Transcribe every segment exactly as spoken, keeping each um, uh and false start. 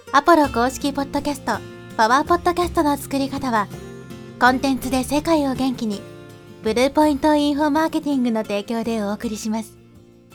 アポロ公式ポッドキャスト、パワーポッドキャストの作り方は、コンテンツで世界を元気に、ブルーポイントインフォマーケティングの提供でお送りします。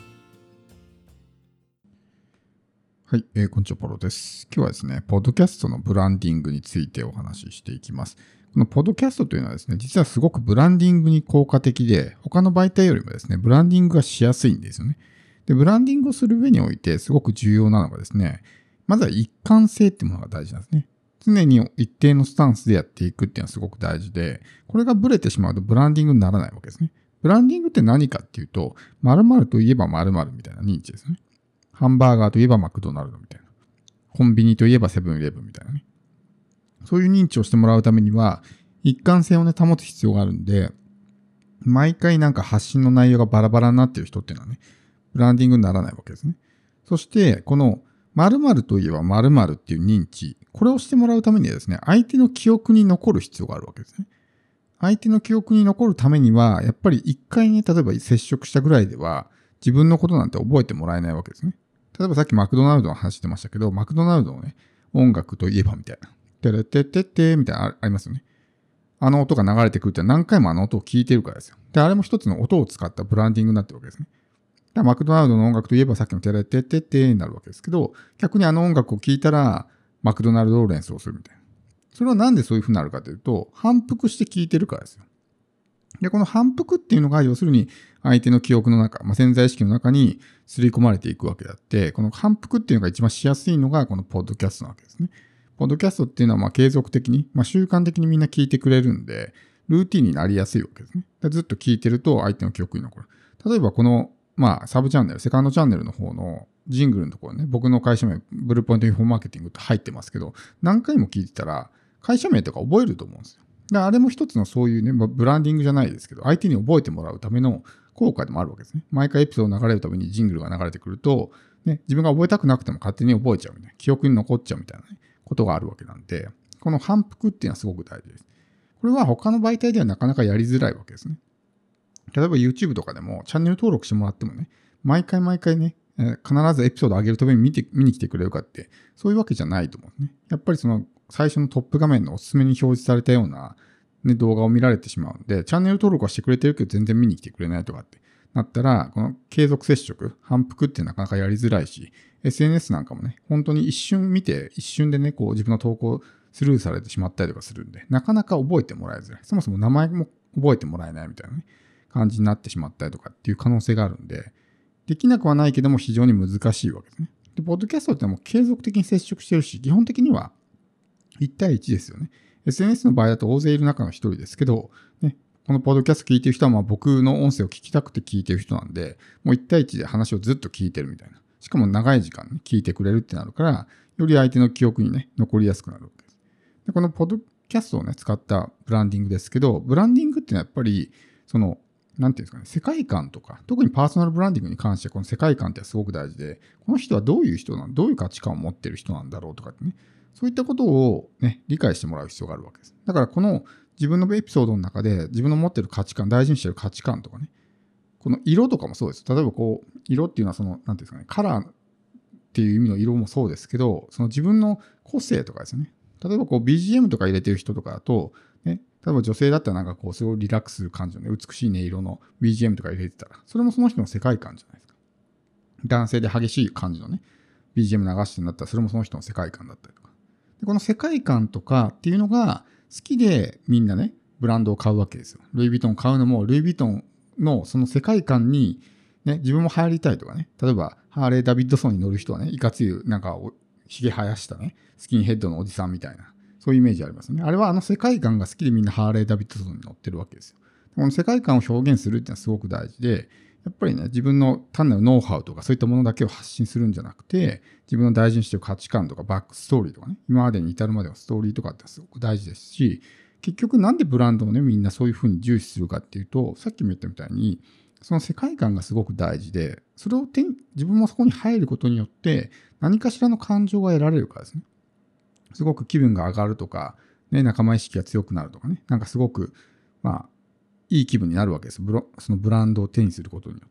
はい、えー、こんにちは、ポロです。今日はですね、ポッドキャストのブランディングについてお話ししていきます。このポッドキャストというのはですね、実はすごくブランディングに効果的で、他の媒体よりもですね、ブランディングがしやすいんですよね。で、ブランディングをする上においてすごく重要なのがですね、まずは一貫性っていうものが大事なんですね。常に一定のスタンスでやっていくっていうのはすごく大事で、これがブレてしまうとブランディングにならないわけですね。ブランディングって何かっていうと、〇〇といえば〇〇みたいな認知ですね。ハンバーガーといえばマクドナルドみたいな。コンビニといえばセブンイレブンみたいなね。そういう認知をしてもらうためには、一貫性をね、保つ必要があるんで、毎回なんか発信の内容がバラバラになっている人っていうのはね、ブランディングにならないわけですね。そして、この〇〇といえば〇〇っていう認知、これをしてもらうためにはですね、相手の記憶に残る必要があるわけですね。相手の記憶に残るためには、やっぱり一回ね、例えば接触したぐらいでは、自分のことなんて覚えてもらえないわけですね。例えばさっきマクドナルドの話してましたけど、マクドナルドのね、音楽といえばみたいな。てれてってってみたいなのありますよね。あの音が流れてくるって何回もあの音を聞いてるからですよ。で、あれも一つの音を使ったブランディングになってるわけですね。マクドナルドの音楽といえばさっきのテレテってってになるわけですけど、逆にあの音楽を聴いたらマクドナルドを連想するみたいな。それはなんでそういう風になるかというと、反復して聴いてるからですよ。で、この反復っていうのが要するに相手の記憶の中、まあ、潜在意識の中に刷り込まれていくわけであって、この反復っていうのが一番しやすいのがこのポッドキャストなわけですね。ポッドキャストっていうのはまあ継続的に、まあ、習慣的にみんな聞いてくれるんで、ルーティンになりやすいわけですね。ずっと聞いてると相手の記憶に残る。例えばこのまあ、サブチャンネル、セカンドチャンネルの方のジングルのところね、僕の会社名、ブルーポイントインフォマーケティングって入ってますけど、何回も聞いてたら、会社名とか覚えると思うんですよ。で、あれも一つのそういうね、ブランディングじゃないですけど、相手に覚えてもらうための効果でもあるわけですね。毎回エピソード流れるためにジングルが流れてくると、ね、自分が覚えたくなくても勝手に覚えちゃうみたいな、記憶に残っちゃうみたいな、ね、ことがあるわけなんで、この反復っていうのはすごく大事です。これは他の媒体ではなかなかやりづらいわけですね。例えば YouTube とかでもチャンネル登録してもらってもね、毎回毎回ね、必ずエピソード上げるために見て、見に来てくれるかって、そういうわけじゃないと思うんですね。やっぱりその最初のトップ画面のおすすめに表示されたような、ね、動画を見られてしまうんで、チャンネル登録はしてくれてるけど全然見に来てくれないとかってなったら、この継続接触、反復ってなかなかやりづらいし、エスエヌエス なんかもね、本当に一瞬見て、一瞬でね、こう自分の投稿スルーされてしまったりとかするんで、なかなか覚えてもらいづらい。そもそも名前も覚えてもらえないみたいなね、感じになってしまったりとかっていう可能性があるんで、できなくはないけども非常に難しいわけですね。で、ポッドキャストってもう継続的に接触してるし、基本的にはいち対いちですよね。エスエヌエス の場合だと大勢いる中の一人ですけど、ね、このポッドキャスト聞いてる人はまあ僕の音声を聞きたくて聞いてる人なんで、もういち対いちで話をずっと聞いてるみたいな。しかも長い時間ね、聞いてくれるってなるから、より相手の記憶にね、残りやすくなるわけです。で、このポッドキャストをね、使ったブランディングですけど、ブランディングっていうのはやっぱり、その、なんていうんですかね、世界観とか、特にパーソナルブランディングに関してこの世界観ってすごく大事で、この人はどういう人なん、どういう価値観を持っている人なんだろうとかってね、そういったことをね、理解してもらう必要があるわけです。だからこの自分のエピソードの中で自分の持っている価値観、大事にしている価値観とかね、この色とかもそうです。例えばこう、色っていうのはその、なんていうんですかね、カラーっていう意味の色もそうですけど、その自分の個性とかですよね。例えばこう ビージーエム とか入れてる人とかだと、ね、例えば女性だったらなんかこう、すごいリラックスする感じのね、美しい音色の ビージーエム とか入れてたら、それもその人の世界観じゃないですか。男性で激しい感じのね、ビージーエム 流してんだったら、それもその人の世界観だったりとか。でこの世界観とかっていうのが好きでみんなね、ブランドを買うわけですよ。ルイ・ヴィトン買うのも、ルイ・ヴィトンのその世界観に、ね、自分も流行りたいとかね、例えばハーレー・ダビッドソンに乗る人はね、いかつい、なんか、ひげ生やしたね、スキンヘッドのおじさんみたいな、そういうイメージありますね。あれはあの世界観が好きでみんなハーレー・ダビッドソンに乗ってるわけですよ。この世界観を表現するっていうのはすごく大事で、やっぱりね、自分の単なるノウハウとかそういったものだけを発信するんじゃなくて、自分の大事にしている価値観とかバックストーリーとかね、今までに至るまでのストーリーとかってすごく大事ですし、結局なんでブランドをね、みんなそういうふうに重視するかっていうと、さっきも言ったみたいに、その世界観がすごく大事で、それを手に、自分もそこに入ることによって何かしらの感情が得られるからですね。すごく気分が上がるとか、ね、仲間意識が強くなるとかね、なんかすごく、まあ、いい気分になるわけです。ブロそのブランドを手にすることによって。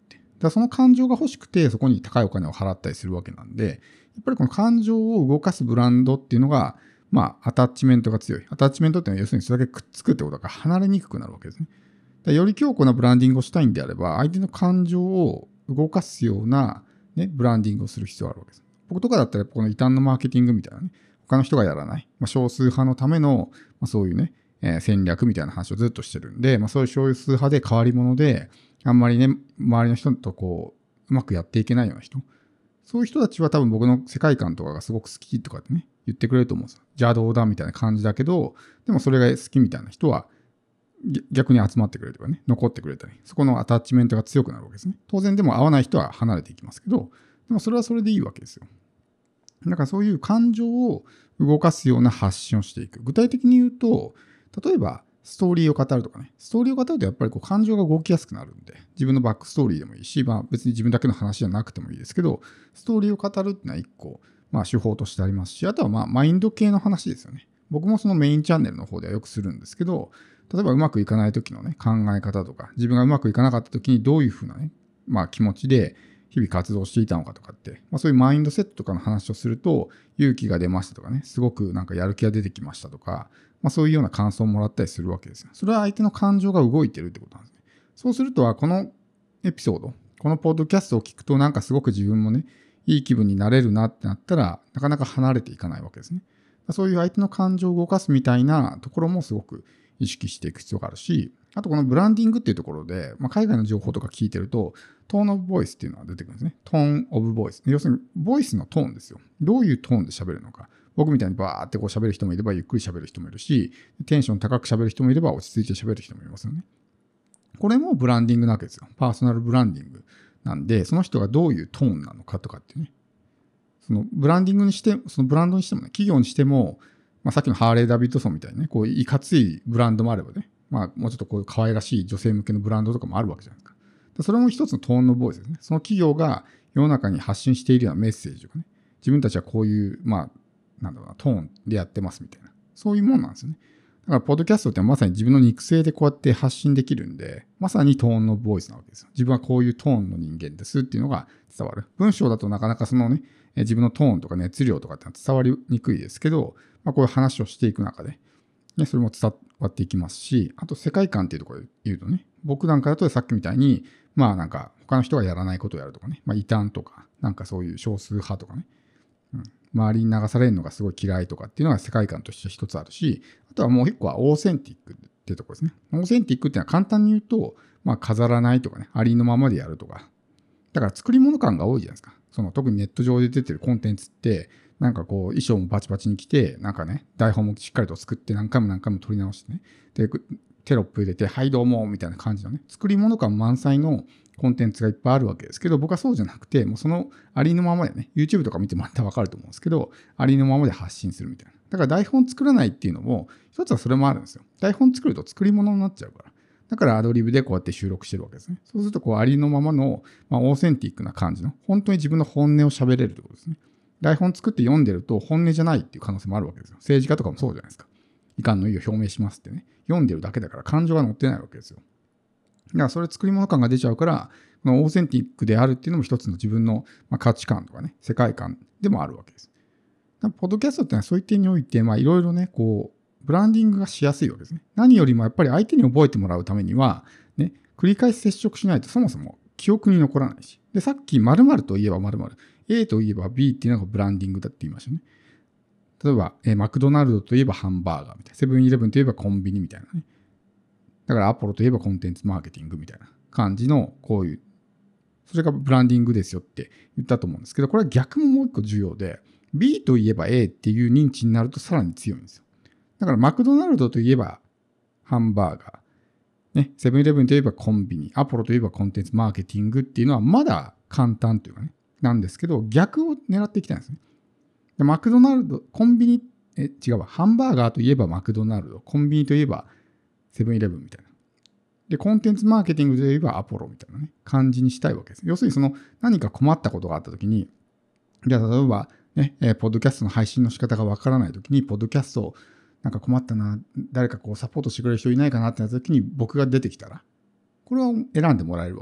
からその感情が欲しくてそこに高いお金を払ったりするわけなんで、やっぱりこの感情を動かすブランドっていうのが、まあアタッチメントが強い。アタッチメントっていうのは要するにそれだけくっつくってことだから離れにくくなるわけですね。より強固なブランディングをしたいんであれば、相手の感情を動かすような、ね、ブランディングをする必要があるわけです。僕とかだったら、この異端のマーケティングみたいなね、他の人がやらない、まあ、少数派のための、まあ、そういうね、えー、戦略みたいな話をずっとしてるんで、まあ、そういう少数派で変わり者で、あんまりね、周りの人とこう、うまくやっていけないような人。そういう人たちは多分僕の世界観とかがすごく好きとかってね、言ってくれると思うんですよ。邪道だみたいな感じだけど、でもそれが好きみたいな人は、逆に集まってくれるとかね、残ってくれたり、そこのアタッチメントが強くなるわけですね。当然でも合わない人は離れていきますけど、でもそれはそれでいいわけですよ。だからそういう感情を動かすような発信をしていく。具体的に言うと、例えばストーリーを語るとかね、ストーリーを語るとやっぱりこう感情が動きやすくなるんで、自分のバックストーリーでもいいし、まあ別に自分だけの話じゃなくてもいいですけど、ストーリーを語るっていうのは一個、まあ手法としてありますし、あとはまあマインド系の話ですよね。僕もそのメインチャンネルの方ではよくするんですけど、例えばうまくいかない時のね、考え方とか、自分がうまくいかなかった時にどういうふうなね、まあ気持ちで日々活動していたのかとかって、まあそういうマインドセットとかの話をすると、勇気が出ましたとかね、すごくなんかやる気が出てきましたとか、まあそういうような感想をもらったりするわけですよ。それは相手の感情が動いてるってことなんですね。そうするとは、このエピソード、このポッドキャストを聞くとなんかすごく自分もね、いい気分になれるなってなったら、なかなか離れていかないわけですね。そういう相手の感情を動かすみたいなところもすごく意識していく必要があるし、あとこのブランディングっていうところで、まあ、海外の情報とか聞いてると、トーンオブボイスっていうのが出てくるんですね。トーンオブボイス。要するに、ボイスのトーンですよ。どういうトーンで喋るのか。僕みたいにバーってこう喋る人もいれば、ゆっくり喋る人もいるし、テンション高く喋る人もいれば、落ち着いて喋る人もいますよね。これもブランディングなわけですよ。パーソナルブランディングなんで、その人がどういうトーンなのかとかっていうね。そのブランディングにして、そのブランドにしてもね、企業にしても、まあ、さっきのハーレー・ダビッドソンみたいにね、こういかついブランドもあればね、まあもうちょっとこう可愛らしい女性向けのブランドとかもあるわけじゃないですか。それも一つのトーンのボイスですね。その企業が世の中に発信しているようなメッセージをね、自分たちはこういう、まあ、なんだろうな、トーンでやってますみたいな。そういうもんなんですよね。だから、ポッドキャストってまさに自分の肉声でこうやって発信できるんで、まさにトーンのボイスなわけですよ。自分はこういうトーンの人間ですっていうのが伝わる。文章だとなかなかそのね、自分のトーンとか熱量とかって伝わりにくいですけど、まあ、こういう話をしていく中で、ね、それも伝わっていきますし、あと世界観っていうところで言うとね、僕なんかだとさっきみたいに、まあなんか他の人がやらないことをやるとかね、まあ異端とか、なんかそういう少数派とかね、うん、周りに流されるのがすごい嫌いとかっていうのが世界観として一つあるし、あとはもう一個はオーセンティックっていうところですね。オーセンティックっていうのは簡単に言うと、まあ飾らないとかね、ありのままでやるとか。だから作り物感が多いじゃないですか。その特にネット上で出てるコンテンツって、なんかこう衣装もバチバチに着て、なんかね、台本もしっかりと作って何回も何回も撮り直してね。で、テロップ入れて、はいどうもみたいな感じのね、作り物感満載のコンテンツがいっぱいあるわけですけど、僕はそうじゃなくて、もうそのありのままでね、YouTube とか見てもらったらわかると思うんですけど、ありのままで発信するみたいな。だから台本作らないっていうのも、一つはそれもあるんですよ。台本作ると作り物になっちゃうから。だからアドリブでこうやって収録してるわけですね。そうするとこうありのままの、まあ、オーセンティックな感じの、本当に自分の本音を喋れるってことですね。台本作って読んでると本音じゃないっていう可能性もあるわけですよ。政治家とかもそうじゃないですか。遺憾の意を表明しますってね。読んでるだけだから感情が乗ってないわけですよ。だからそれ作り物感が出ちゃうから、このオーセンティックであるっていうのも一つの自分の価値観とかね、世界観でもあるわけです。だからポッドキャストってのはそういう点において、まあいろいろね、こう、ブランディングがしやすいわけですね。何よりもやっぱり相手に覚えてもらうためには、ね、繰り返し接触しないとそもそも記憶に残らないし。で、さっき〇〇といえば〇〇、A といえば B っていうのがブランディングだって言いましたね。例えば、えー、マクドナルドといえばハンバーガーみたいな。セブンイレブンといえばコンビニみたいなね。だからアポロといえばコンテンツマーケティングみたいな感じのこういう、それがブランディングですよって言ったと思うんですけど、これは逆ももう一個重要で、B といえば A っていう認知になるとさらに強いんですよ。だからマクドナルドといえばハンバーガー、ね、セブンイレブンといえばコンビニ、アポロといえばコンテンツマーケティングっていうのはまだ簡単というかね、なんですけど、逆を狙っていきたいんですね。でマクドナルド、コンビニ、え、違うわ、ハンバーガーといえばマクドナルド、コンビニといえばセブンイレブンみたいな。で、コンテンツマーケティングといえばアポロみたいなね、感じにしたいわけです。要するにその何か困ったことがあったときに、じゃあ例えばね、えー、ポッドキャストの配信の仕方がわからないときに、ポッドキャストをなんか困ったな、誰かこうサポートしてくれる人いないかなってなったときに僕が出てきたら、これを選んでもらえるわけじゃないですか。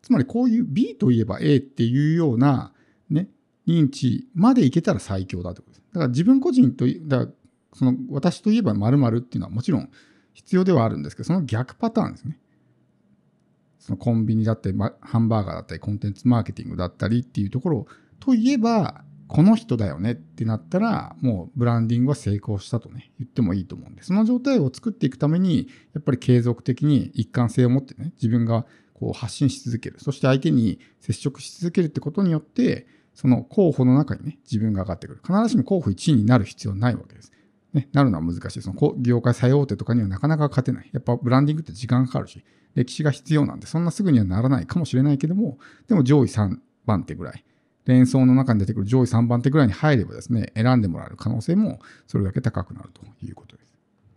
つまりこういう B といえば A っていうような、ね、認知までいけたら最強だということです。だから自分個人とい、だからその私といえば〇〇っていうのはもちろん必要ではあるんですけど、その逆パターンですね。そのコンビニだったり、ハンバーガーだったり、コンテンツマーケティングだったりっていうところといえば、この人だよねってなったら、もうブランディングは成功したとね、言ってもいいと思うんで、その状態を作っていくために、やっぱり継続的に一貫性を持ってね、自分がこう発信し続ける。そして相手に接触し続けるってことによって、その候補の中にね、自分が上がってくる。必ずしも候補いちいになる必要はないわけです。ね、なるのは難しい。その業界最大手とかにはなかなか勝てない。やっぱブランディングって時間かかるし、歴史が必要なんで、そんなすぐにはならないかもしれないけども、でも上位さんばん手ぐらい。連想の中に出てくる上位さんばん手ぐらいに入ればですね、選んでもらえる可能性もそれだけ高くなるということです。